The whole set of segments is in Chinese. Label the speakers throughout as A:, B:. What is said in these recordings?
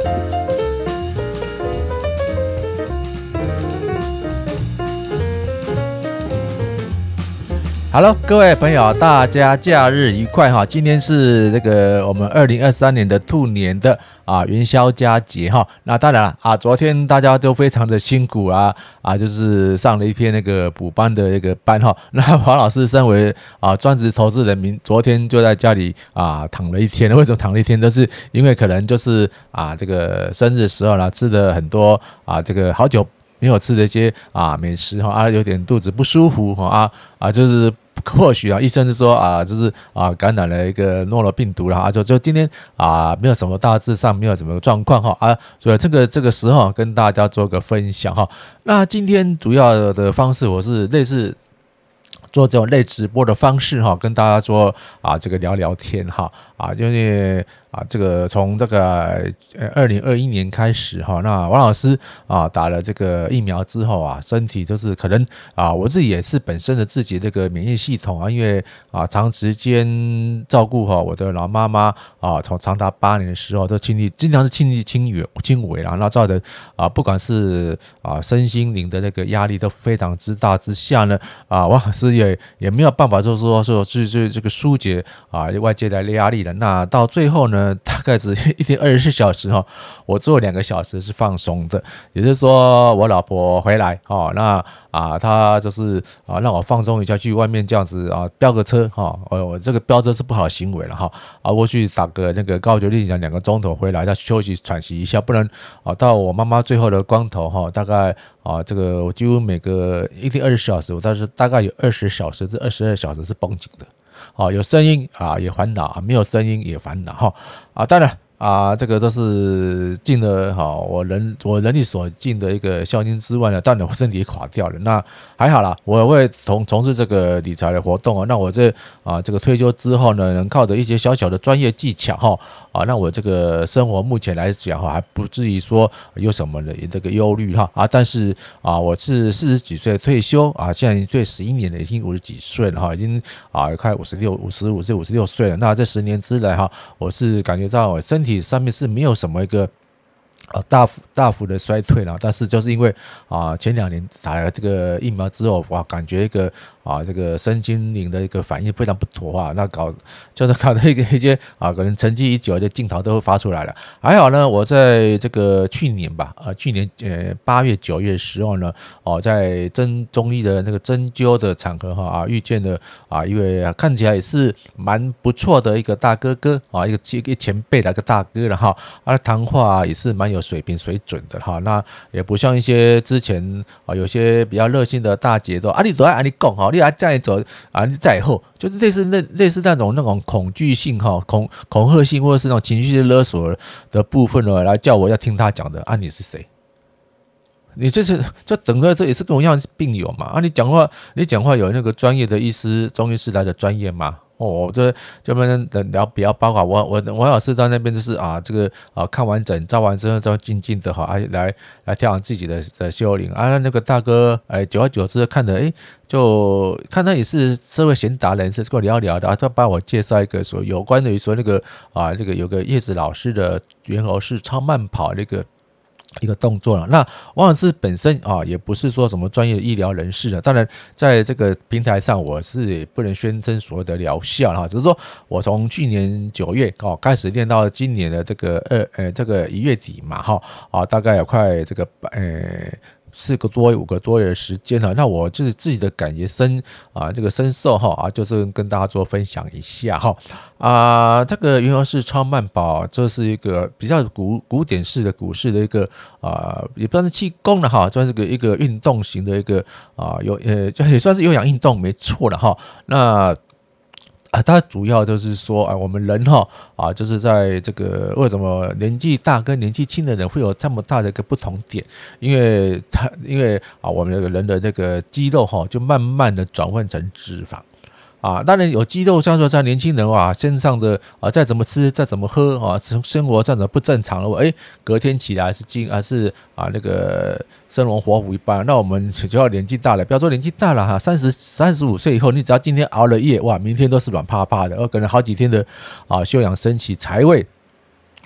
A: Hello， 各位朋友，大家假日愉快哈！今天是这个我们2023年的兔年的元宵佳节哈。那当然了昨天大家都非常的辛苦就是上了一篇那个补班的一个班哈。那黄老师身为专职投资人，昨天就在家里躺了一天。为什么躺了一天？都是因为可能就是这个生日的时候啦，吃了很多这个好久没有吃的一些美食哈有点肚子不舒服就是或许医生是说就是感染了一个诺罗病毒了就今天没有什么大致上没有什么状况所以这个时候跟大家做个分享那今天主要的方式我是类似做这种类直播的方式跟大家做这个聊聊天因为这个从这个2021年开始那王老师打了这个疫苗之后身体就是可能我自己也是本身的自己这个免疫系统因为长时间照顾我的老妈妈从长达8年的时候都经常是亲力亲为然后造成不管是身心灵的那个压力都非常之大之下呢王老师也没有办法就是说去这个疏解外界的压力了。那到最后呢大概只一天24小时我只有2个小时是放松的，也就是说我老婆回来那她就是让我放松一下，去外面这样子飙个车我这个飙车是不好的行为了我去打个那个高球力2个钟头回来，再休息喘息一下，不然到我妈妈最后的光头大概这个我几乎每个一天20小时，我大概有20小时至22小时是绷紧的有声音也烦恼没有声音也烦恼当然这个都是尽了我能力所尽的一个孝心之外呢，当然我身体垮掉了，那还好啦，我会从事这个理财的活动那我这个退休之后呢，能靠着一些小小的专业技巧让我这个生活目前来讲还不至于说有什么的这个忧虑但是我是40几岁退休现在对11年了，已经50几岁了已经快55岁56岁了。那这10年之来我是感觉到我身体上面是没有什么一个大幅的衰退了，但是就是因为前2年打了这个疫苗之后感觉一个这个身心灵的一个反应非常不妥那就是搞的一些可能沉寂已久的镜头都会发出来了。还好呢，我在这个去年8月9月的时候呢在中医的那个针灸的场合遇见了一位看起来也是蛮不错的一个大哥哥一个前辈的一个大哥了他谈话也是蛮有水准的那也不像一些之前有些比较热心的大姐都你都要你讲你要这样走你再后就是类似那种恐惧性恐吓性或者是那种情绪勒索的部分来叫我要听他讲的你是谁？你就整个这也是跟我一样是病友嘛你讲话有那个专业的医师中医师来的专业吗？就不要包括我老师到那边就是这个看完诊照完之后都静静的来调养自己的修灵那个大哥久而久之看的就看他也是社会贤达人士，跟我聊聊的他帮我介绍一个说有关于说那个这个有个叶子老师的猿猴式超慢跑那个一个动作了。那王老师本身也不是说什么专业的医疗人士当然在这个平台上我是也不能宣称所谓的疗效只是说我从去年9月开始练到今年的这个1月底嘛大概有快这个4个多5个多月的时间那我就是自己的感觉这个深受就是跟大家做分享一下这个猿猴式超慢跑这是一个比较古典式的股市的一个也不算是气功了算是一个运动型的一个也算是有氧运动没错了那它主要就是说我们人就是在这个为什么年纪大跟年纪轻的人会有这么大的一个不同点，因为我们人的这个肌肉就慢慢的转换成脂肪当然有肌肉，像说在年轻人身上的再怎么吃再怎么喝生活再怎么不正常了隔天起来还是那个生龙活虎一般。那我们只要年纪大了，不要说年纪大了35岁以后，你只要今天熬了夜明天都是软趴趴的可能好几天的休养生息才会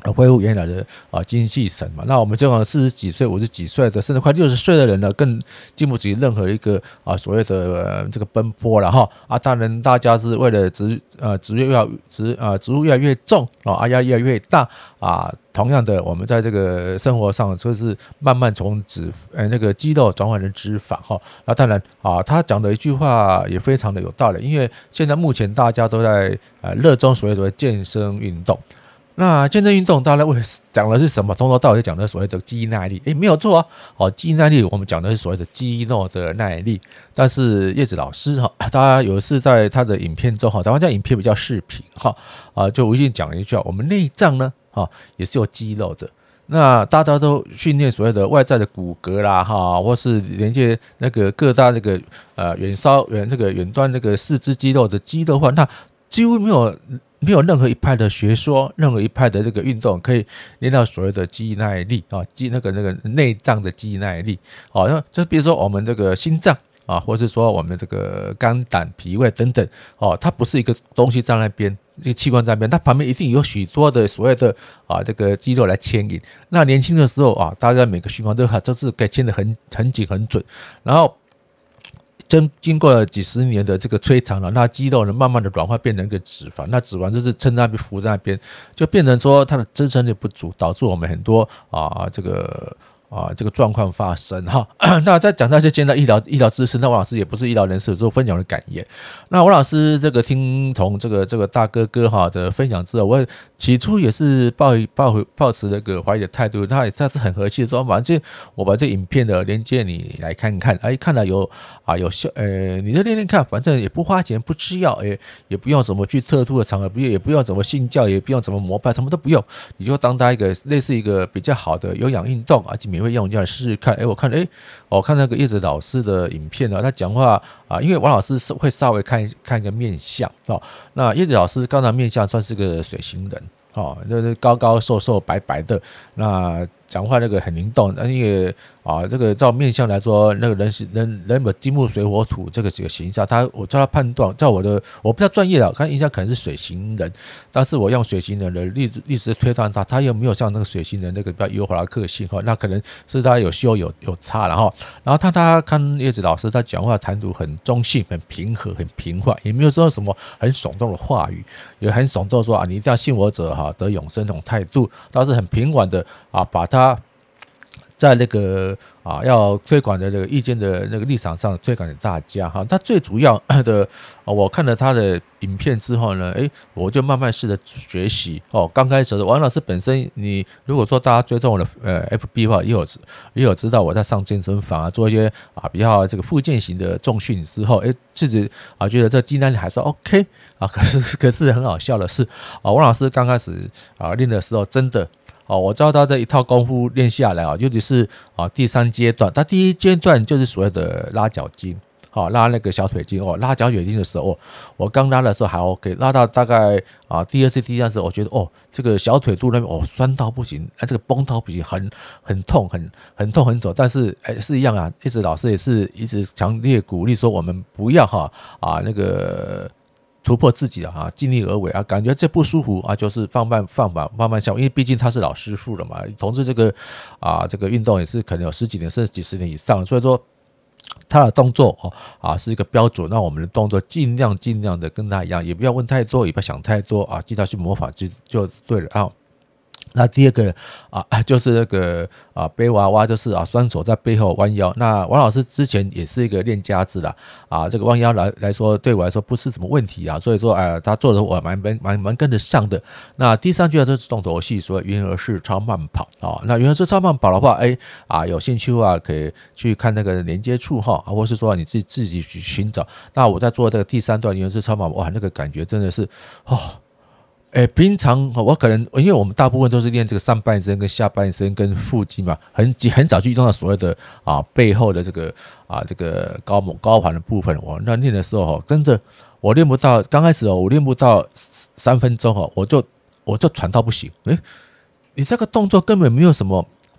A: 恢复原来的精气神嘛。那我们这种40几岁、50几岁的，甚至快60岁的人呢，更经不起任何一个所谓的这个奔波了哈。当然大家是为了职务越来越重压力越来越大同样的，我们在这个生活上就是慢慢从那个肌肉转换成脂肪哈。那当然他讲的一句话也非常的有道理，因为现在目前大家都在热衷所谓的健身运动。那健身运动大家讲的是什么？从头到尾讲的所谓的肌耐力，没有错肌耐力我们讲的是所谓的肌肉的耐力。但是叶子老师大家有一次在他的影片中台湾这样影片比较视频就无意间讲了一句我们内脏呢也是有肌肉的。那大家都训练所谓的外在的骨骼啦或是连接那个各大那个远端那个四肢肌肉的肌肉化，那几乎没有任何一派的学说，任何一派的这个运动可以练到所谓的肌耐力那个内脏的肌耐力就比如说我们这个心脏或是说我们这个肝胆脾胃等等它不是一个东西在那边，这个器官在那边，它旁边一定有许多的所谓的这个肌肉来牵引。那年轻的时候大家每个循环都是可以牵得很紧很准，然后经过了几十年的这个摧残了，那肌肉呢慢慢的软化变成一个脂肪，那脂肪就是撑在那边浮在那边，就变成说它的支撑力不足，导致我们很多这个状况发生那在讲到这些医疗知识，那王老师也不是医疗人士，做分享的感言。那王老师这个听从这个大哥哥的分享之后，我起初也是抱持那个怀疑的态度，他是很和气的说，反正我把这影片的连接你来看看，看了有效，你就练练看，反正也不花钱，不吃药，也不用什么去特殊的场合，也不用怎么信教，也不用怎么膜拜，什么都不用，你就当它一个类似一个比较好的有氧运动免费用这样试试看。我看那个叶子老师的影片他讲话因为王老师会稍微看一个面相那叶子老师刚才面相算是个水型人就是高高瘦瘦白白的，那讲话那个很灵动，因为这个照面相来说，那个人有金木水火土这个几个形象，我叫他判断，我比较专业的，看印象可能是水型人，但是我用水型人的历史推断他又没有像那个水型人那个比较油滑的个性那可能是他有修有差然后他看叶子老师他讲话谈吐很中性，很平和，很平缓，也没有说什么很耸动的话语，也很耸动说你一定要信我者得永生这种态度，倒是很平缓的把他在那个要推广的这个意见的那个立场上推广给大家他最主要的我看了他的影片之后呢，我就慢慢试着学习刚开始的王老师本身，你如果说大家追踪我的FB 的话，也有知道我在上健身房做一些比较这个复健型的重训之后，自己觉得这肌耐力还算 OK 可是很好笑的是王老师刚开始练的时候真的我知道他这一套功夫练下来尤其是第3阶段，他第1阶段就是所谓的拉脚筋拉那个小腿筋拉小腿筋的时候我刚拉的时候还 OK， 拉到大概第2次第3次，我觉得这个小腿肚那边酸到不行，这个崩到不行，很痛很痛很走，但是是一样一直老师也是一直强烈鼓励说我们不要那个突破自己尽力而为感觉这不舒服就是放慢下，因为毕竟他是老师傅了嘛，同时这个运动也是可能有10几年甚至几十年以上，所以说他的动作是一个标准，那我们的动作尽量的跟他一样，也不要问太多，也不要想太多尽量去模仿就对了那第二个就是那个背娃娃，就是双手在背后弯腰。那王老师之前也是一个练家子的这个弯腰来说对我来说不是什么问题所以说他做的我蛮跟得上的。那第3阶段就是重头戏，所谓原儿式超慢跑那原儿式超慢跑的话有兴趣的话可以去看那个连接处或是说你自己去寻找。那我在做这个第3段原儿式超慢跑那个感觉真的是平常我可能因为我们大部分都是练这个上半身跟下半身跟腹肌嘛，很少去用到所谓的背后的这个高环的部分。我那练的时候真的我练不到，刚开始我练不到3分钟我就喘到不行。你这个动作根本没有什么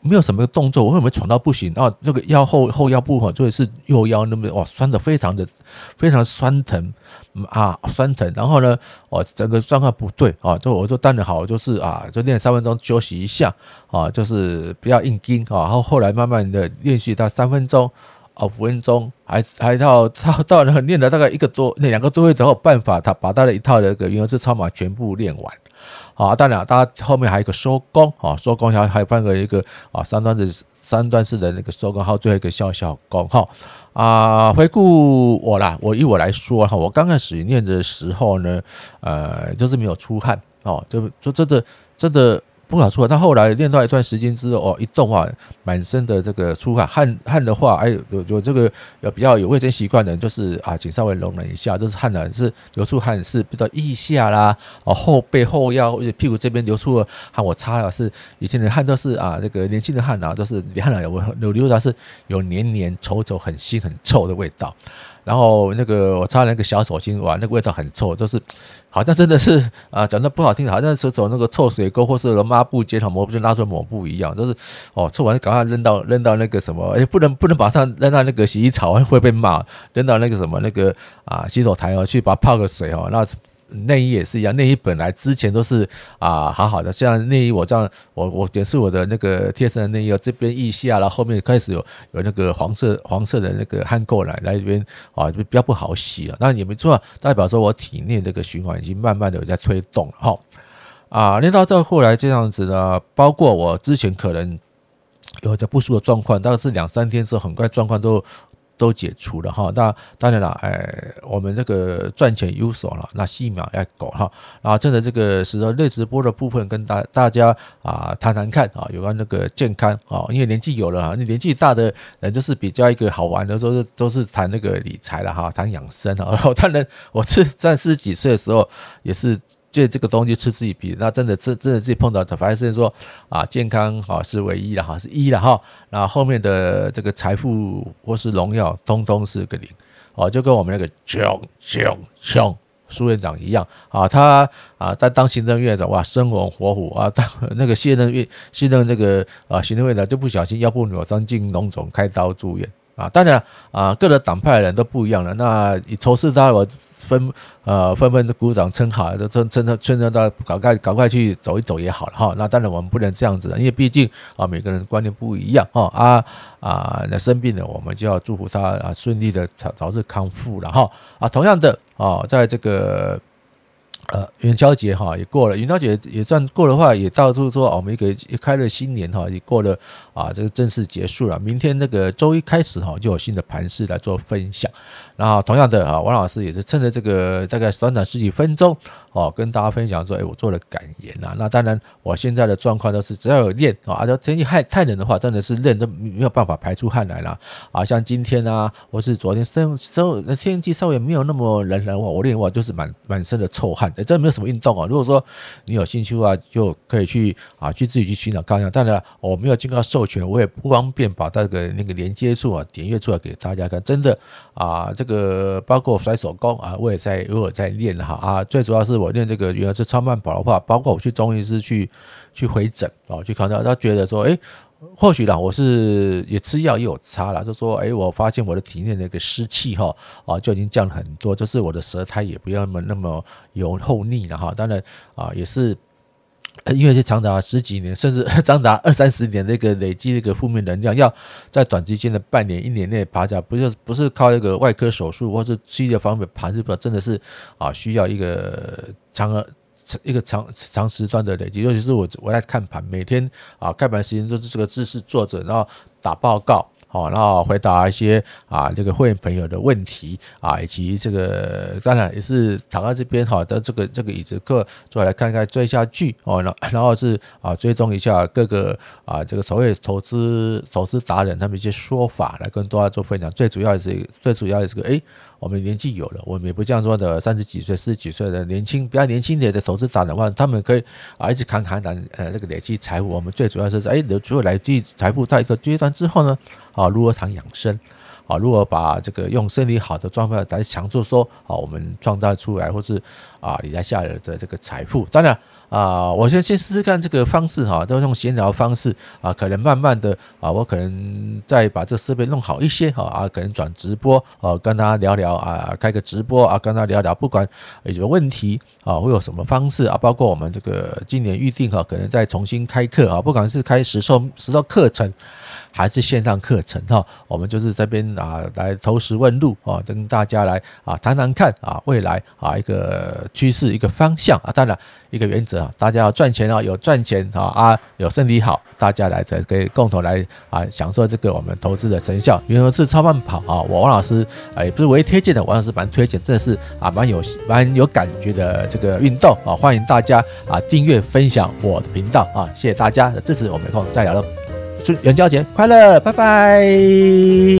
A: 没有什么动作，我会不会喘到不行？然后那个后腰部就是右腰那边酸的非常酸疼酸疼。然后呢，整个状况不对就我就当然好，就是就练3分钟休息一下就是不要硬盯然后后来慢慢的练习到3分钟。5分钟，还到练了大概2个多月之后，办法他把他的一套的原油式超马全部练完。当然，大家后面还有一个收工收工还放了一个三段式的那个收工，还有最后一个小工回顾我以我来说我刚开始练的时候呢，就是没有出汗就真的。不好出汗，但后来练到一段时间之后一动满身的这个出汗的话，有这个比较有卫生习惯的人，就是请稍微容忍一下，就是汗是流出汗是比较腋下啦，后背后腰或者屁股这边流出的汗，我擦了是以前的汗都是这个年轻的汗都是汗有流的是有黏黏稠稠很腥很臭的味道。然后那个我擦那个小手心，那个味道很臭，就是好像真的是讲的不好听，好像是走那个臭水沟或是抹布街头抹布就拉出抹布一样，就是臭完赶快扔到那个什么，不能马上扔到那个洗衣槽会被骂，扔到那个什么那个洗手台去把它泡个水那。内衣也是一样，内衣本来之前都是好好的，像内衣我这样，我检视我的那个贴身的内衣这边腋下了，后面开始有那个黄色的那个汗垢来这边比较不好洗了。那也没错，代表说我体内这个循环已经慢慢的有在推动了练到后来这样子呢，包括我之前可能有在不舒服的状况，大概是2-3天之后，很快状况都解除了那当然了，我们这个赚钱有手了，那细秒要狗然后真的这个时候类直播的部分跟大家谈谈看有关那个健康因为年纪有了年纪大的人就是比较一个好玩的时候都是谈那个理财了谈养生当然我是在40几岁的时候也是。借这个东西嗤之以鼻，那真的自己碰到才发现说健康是唯一的是一了那后面的这个财富或是荣耀通通是个零就跟我们那个穷苏院长一样他在当行政院长生龙活虎当那个卸任那个行政院长就不小心腰部扭伤进农总开刀住院当然各个党派的人都不一样了，那以仇视他我纷纷的鼓掌称好，趁着到赶快去走一走也好了那当然我们不能这样子因为毕竟每个人观念不一样那生病了我们就要祝福他顺利的早日康复了同样的在这个元宵节也过了，元宵节也算过的话，也到处说我们一开了新年也过了这个正式结束了。明天那个周一开始就有新的盘势来做分享。然后同样的王老师也是趁着这个大概短10几分钟跟大家分享说，我做了感言那当然我现在的状况都是只要有练天气太冷的话，真的是练都没有办法排出汗来了像今天或是昨天天气稍微没有那么冷的话，我练就是满身的臭汗。真的没有什么运动如果说你有兴趣的话，就可以去自己去寻找看看。当然我没有经过授权，我也不方便把那个连接处点阅出来给大家看。真的这个包括甩手功我也在练最主要是我练这个原来是超慢跑的话，包括我去中医师去回诊去看到他觉得说或许我是也吃药也有差了，就说我发现我的体内那个湿气就已经降了很多，就是我的舌苔也不要那么油厚腻了当然也是因为是长达10几年，甚至长达20-30年的一个累积的一个负面能量，要在短期间的半年、1年内爬起来，不是靠一个外科手术或是西医的方面爬日本，真的是需要一个长时段的累积。尤其是我在看盘，每天开盘时间都是这个姿势坐着，然后打报告。然后回答一些这个会员朋友的问题以及这个当然也是躺在这边的这个椅子课坐来看看追一下剧然后是追踪一下各个这个投资达人他们一些说法来跟大家做分享。最主要是个我们年纪有了，我们也不这样说的30几岁、40几岁的比较年轻点的投资达人的话，他们可以一直侃那个累积财富。我们最主要是除了累积财富到一个阶段之后呢如何谈养生如何把这个用身体好的状态来享受说我们创造出来或是理财下来的这个财富。当然我先试试看这个方式都用闲聊方式可能慢慢的我可能再把这个设备弄好一些可能转直播跟他聊聊开个直播跟他聊聊，不管有什么问题会有什么方式包括我们这个今年预定可能再重新开课不管是开实售课程还是线上课程我们就是这边来投石问路跟大家来谈谈看未来一个趋势一个方向当然一个原则大家要赚钱有赚钱有身体好，大家来可以共同来享受这个我们投资的成效。原油是超慢跑我王老师也不是唯一推荐的，王老师蛮推荐，真的是蛮有感觉的这个运动欢迎大家订阅分享我的频道谢谢大家的支持，我们有空再聊了。元宵节快乐，拜拜。